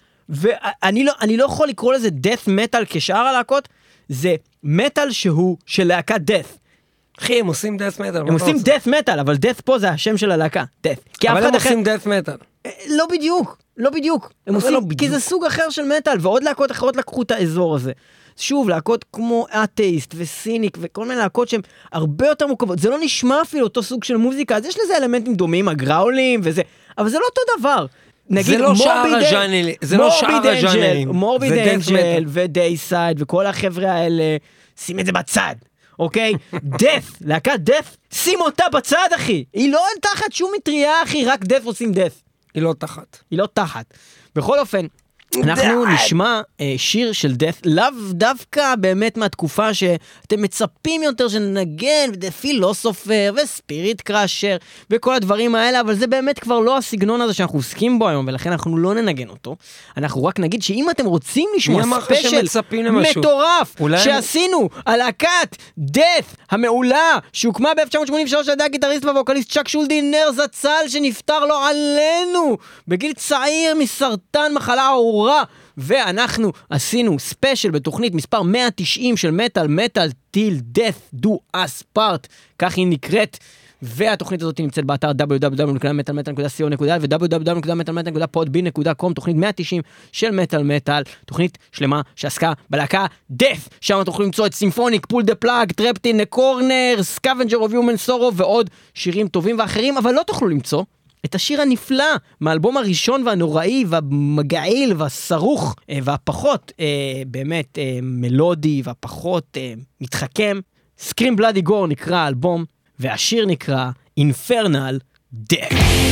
ואני לא, אני לא יכול לקרוא לזה death metal כשאר הלהקות, זה מטל שהוא של להקת death. אחי, הם עושים death metal. הם עושים death metal, אבל death פה זה השם של הלהקה, death. אבל הם עושים death metal. לא בדיוק, לא בדיוק. הם עושים, לא בדיוק. כי זה סוג אחר של מטל, ועוד להקות אחרות לקחו את האזור הזה. שוב, להקות כמו אתאיסט וסיניק, וכל מיני להקות שהן הרבה יותר מורכבות. זה לא נשמע אפילו אותו סוג של מוזיקה, אז יש לזה אלמנטים דומים, הגראולים וזה, אבל זה לא אותו דבר. זה לא שאר הז'אנרים, זה לא שאר הז'אנרים. מורביד אנג'ל ודייסייד וכל החבר'ה האלה, שים את זה בצד, אוקיי? death, להקת death, שים אותה בצד, אחי. היא לא תחת שום מטריה, אחי, רק death עושים death. היא לא תחת. היא לא תחת. בכל אופן, אנחנו נשמע אה, שיר של death, לאו דווקא באמת מהתקופה שאתם מצפים יותר שנגן, ופילוסופר, וספיריט קראשר, וכל הדברים האלה, אבל זה באמת כבר לא הסגנון הזה שאנחנו עוסקים בו היום, ולכן אנחנו לא ננגן אותו. אנחנו רק נגיד שאם אתם רוצים לשמוע ספיישל מטורף, אולי... שעשינו על להקת death המעולה, שהוקמה ב-אלף תשע מאות שמונים ושלוש על ידי הגיטריסט והווקליסט צ'אק שולדי, נר זצ"ל, שנפטר לו עלינו, בגיל צעיר מסרטן מחלה ארורה, ואנחנו עשינו ספיישל בתוכנית מספר מאה ותשעים של מטל, מטל טיל death do us part, כך היא נקראת, והתוכנית הזאת נמצאת באתר דאבליו דאבליו דאבליו נקודה מטל מטל נקודה סי או נקודה אל ו-דאבליו דאבליו דאבליו נקודה מטל מטל נקודה פודבין נקודה קום, תוכנית מאה ותשעים של מטל מטל, תוכנית שלמה שעסקה בלהקה death, שם אתם יכולים למצוא את סימפוניק, פול דה פלאג, טרפטין קורנר, סקוונג'ר אוף יומן סורו ועוד שירים טובים ואחרים, אבל לא תוכלו למצוא את השיר הנפלא מהאלבום הראשון והנוראי והמגעיל והסרוך והפחות אה, באמת אה, מלודי והפחות אה, מתחכם. סקרים בלאדי גור נקרא האלבום, והשיר נקרא Infernal Death.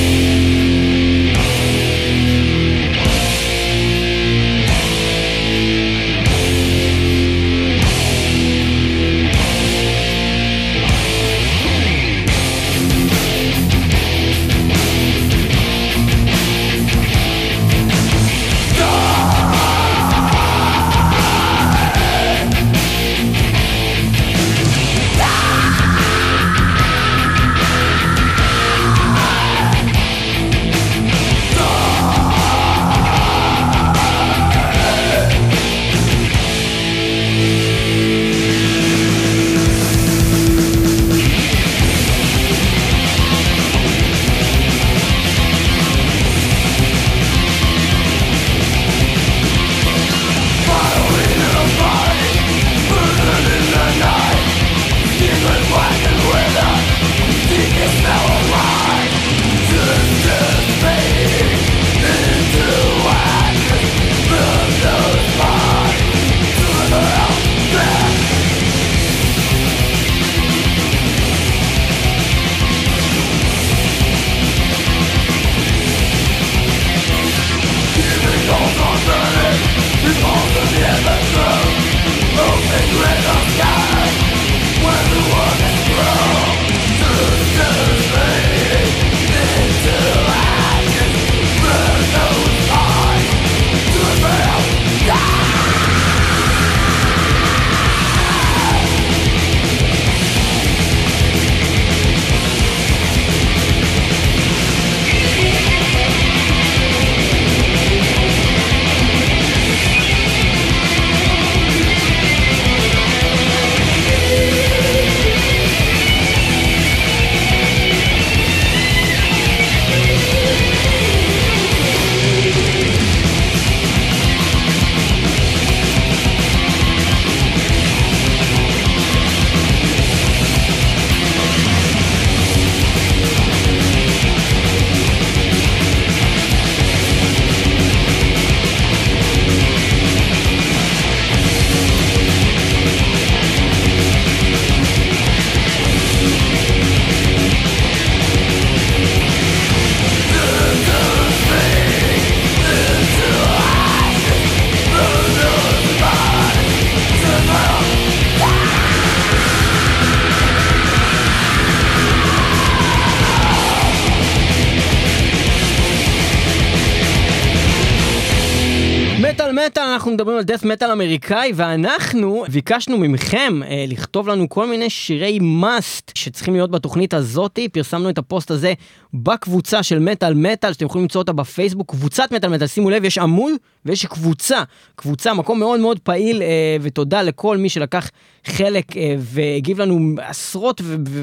אנחנו מדברים על death metal אמריקאי, ואנחנו ביקשנו ממכם אה, לכתוב לנו כל מיני שירי must שצריכים להיות בתוכנית הזאת. פרסמנו את הפוסט הזה בקבוצה של מטל מטל, שאתם יכולים למצוא אותה בפייסבוק, קבוצת מטל מטל. שימו לב, יש עמוד ויש קבוצה, קבוצה, מקום מאוד מאוד פעיל, אה, ותודה לכל מי שלקח חלק אה, והגיב לנו עשרות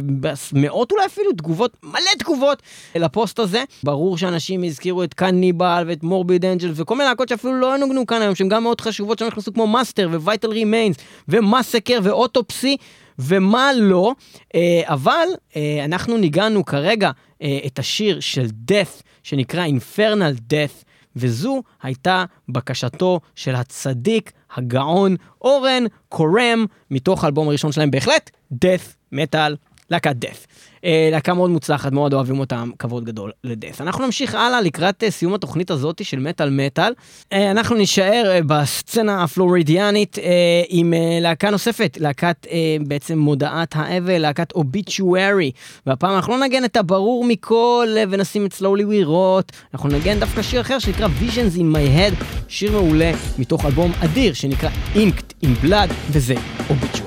ומאות אולי אפילו תגובות, מלא תגובות לפוסט הזה. ברור שאנשים הזכירו את קניבל ואת מורביד אנג'ל וכל מיני להקות שאפילו לא נוגנו כאן היום, שהן גם מאוד חשובות, שהם נכנסו כמו מאסטר ווייטל רימיינס ומאסקר ואוטופסי ומה לא, אבל אנחנו ניגענו כרגע את השיר של death שנקרא Infernal Death, וזו הייתה בקשתו של הצדיק הגאון אורן קורם מתוך האלבום הראשון שלהם, בהחלט death metal להקת דף. להקה מאוד מוצלחת, מאוד אוהבים אותם, כבוד גדול לדף. אנחנו נמשיך הלאה לקראת סיום התוכנית הזאת של מטל מטל. אנחנו נשאר בסצנה הפלורידיאנית עם להקה נוספת, להקת בעצם מודעת האבל, להקת אוביטוארי, והפעם אנחנו לא נגן את הברור מכל ונשים את Slowly We Rot, אנחנו נגן דווקא שיר אחר שנקרא Visions in My Head, שיר מעולה מתוך אלבום אדיר שנקרא Inked in Blood, וזה אוביטוארי.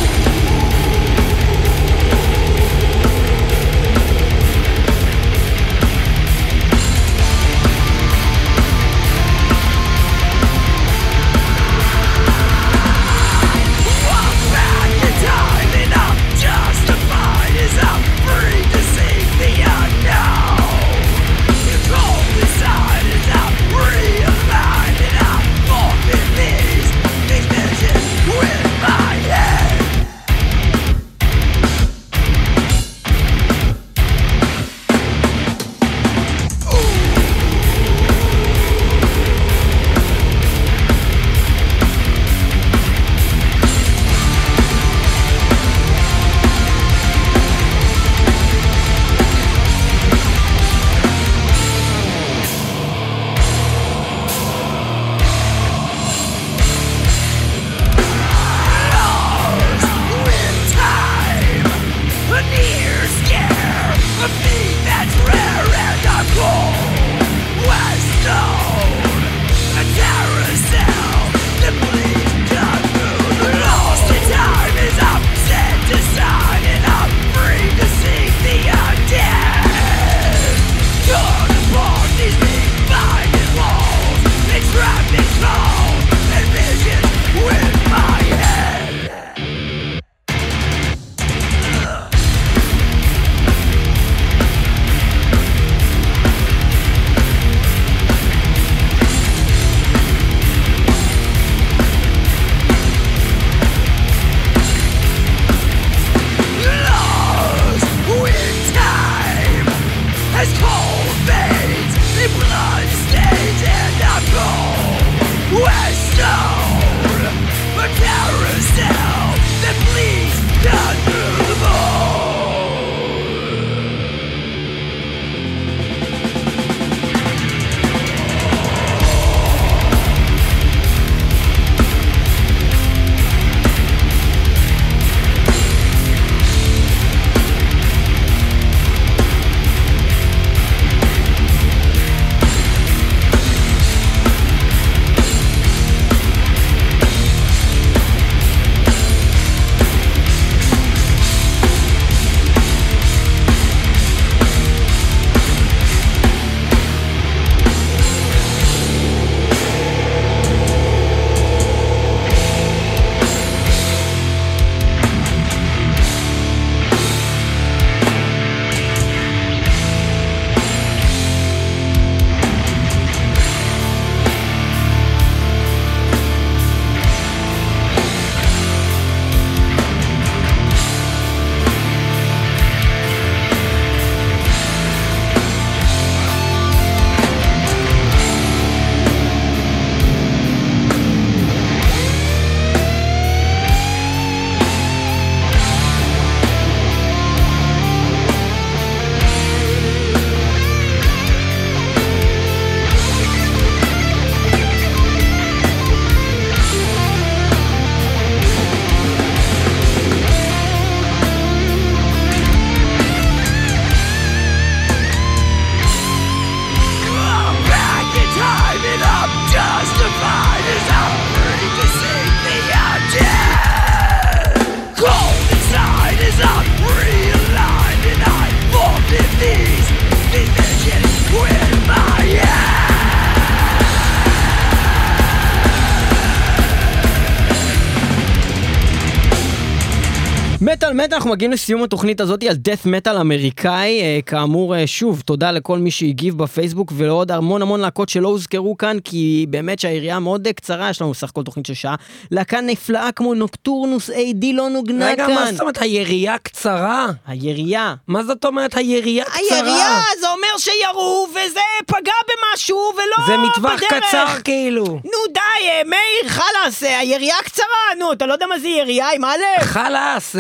מטל מטל, אנחנו מגיעים לסיום התוכנית הזאת על דף מטל אמריקאי. כאמור, שוב, תודה לכל מי שהגיב בפייסבוק ולעוד המון המון להקות שלא הוזכרו כאן, כי באמת שהעירייה מאוד קצרה, יש לנו סך כל תוכנית של שעה. להקה נפלאה כמו נוקטורנוס איי די לא נוגנה רגע, כאן. מה זאת אומרת הירייה קצרה? הירייה. מה זאת אומרת הירייה קצרה? הירייה, זה אומר שירו וזה פגע במשהו ולא זה מטווח בדרך. קצר כאילו. נו די, מאיר, חלאס, הירייה קצרה, נו, אתה לא יודע מה זה ירייה עם א'? חלאס, זה כאילו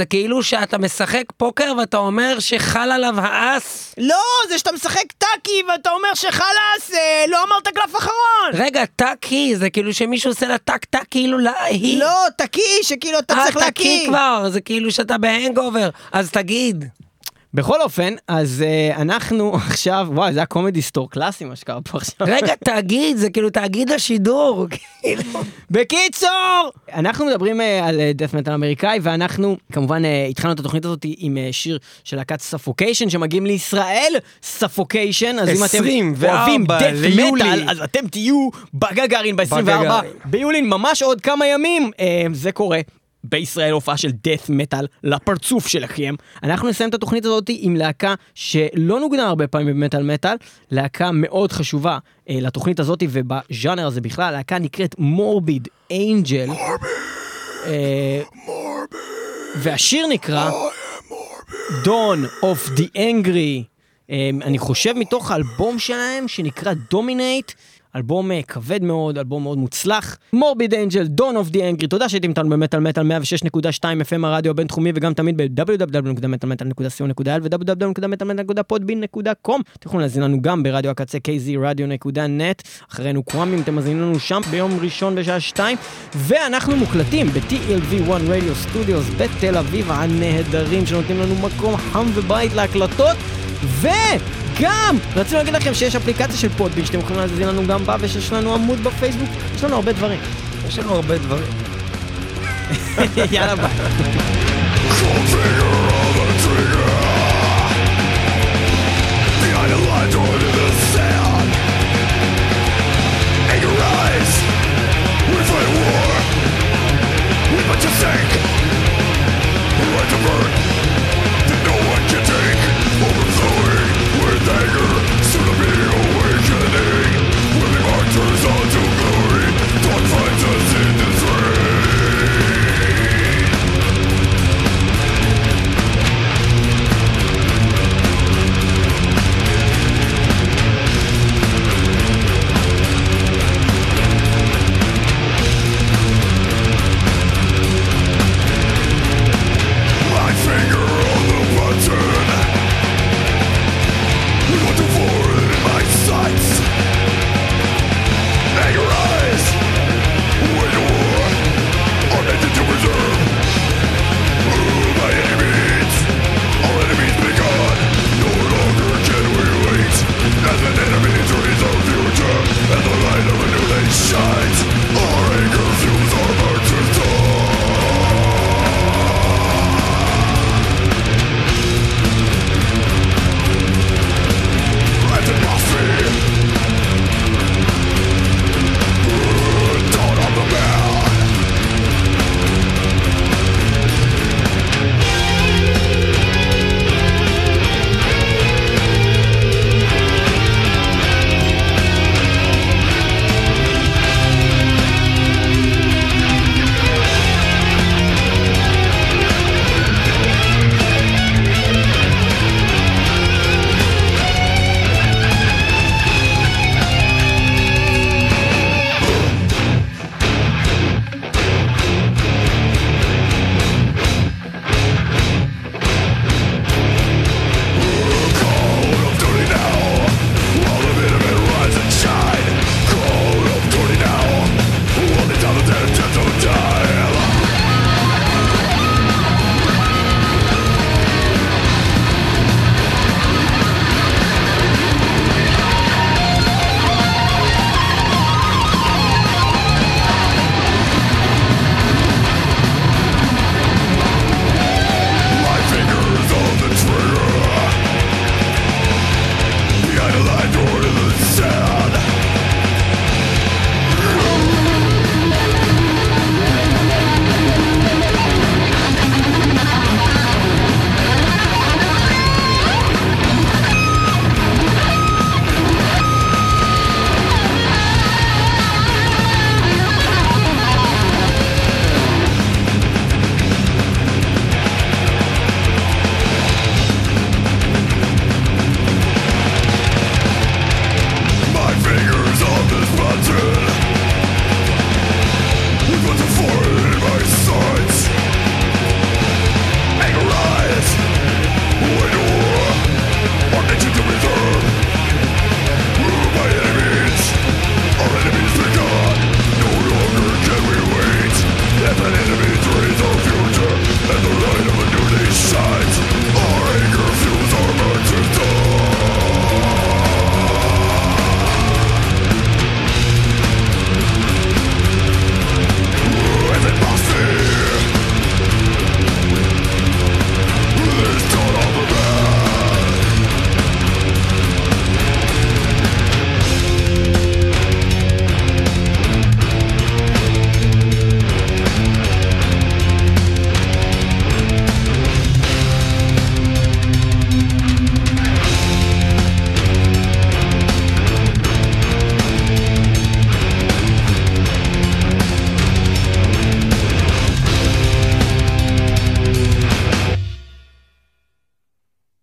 שאתה משחק פוקר ואתה אומר שחל עליו האס? לא, זה שאתה משחק טאקי ואתה אומר שחלאס, אה, לא אמרת קלף אחרון. רגע, טאקי, זה כאילו שמישהו עושה לה טאק טאק, כאילו לא, היא... לא, טאקי, שכאילו אתה צריך אה, להקיא. טאקי כבר, זה כאילו שאתה בהנגובר, אז תגיד. בכל אופן, אז uh, אנחנו עכשיו, וואי, זה הקומדי סטור קלאסי מה שקרה פה עכשיו. רגע, תגיד, זה כאילו תאגיד השידור. בקיצור, אנחנו מדברים uh, על דף מטל אמריקאי, ואנחנו כמובן uh, התחלנו את התוכנית הזאת עם uh, שיר של להקת ספוקיישן, שמגיעים לישראל, ספוקיישן, אז אם אתם אוהבים דף מטל, אז אתם תהיו בגגארין ב-עשרים וארבעה ביולי, ממש עוד כמה ימים, uh, זה קורה. בישראל הופעה של death metal לפרצוף שלכם. אנחנו נסיים את התוכנית הזאת עם להקה שלא נוגנה הרבה פעמים במטל מטל, להקה מאוד חשובה אה, לתוכנית הזאת ובז'אנר הזה בכלל, להקה נקראת מורביד אנג'ל. אה, והשיר נקרא Dawn of the Angry. אה, אני חושב מתוך האלבום שלהם שנקרא Dominate, אלבום כבד מאוד, אלבום מאוד מוצלח. מורביד אנג'ל, Dawn of the Angry. תודה שהייתם איתנו במטל מטל מאה ושש נקודה שתיים אף אם הרדיו הבינתחומי, וגם תמיד ב-דאבליו דאבליו דאבליו נקודה מטל מטל נקודה סי או נקודה איי אל ו-דאבליו דאבליו דאבליו נקודה מטל מטל נקודה פודבין נקודה קום. אתם יכולים להזין לנו גם ברדיו הקצה קיי זי רדיו נקודה נט. אחרינו קוואמים, אתם מזינים לנו שם ביום ראשון בשעה שתיים. ואנחנו מוקלטים ב-טי אל וי וואן Radio Studios בתל אביב הנהדרים, שנותנים לנו מקום חם ובית להקלטות. ו... גם! רצינו להגיד לכם שיש אפליקציה של פודבין שאתם יכולים להזין לנו גם בה, ושיש לנו עמוד בפייסבוק, יש לנו הרבה דברים. יש לנו הרבה דברים. יאללה ביי.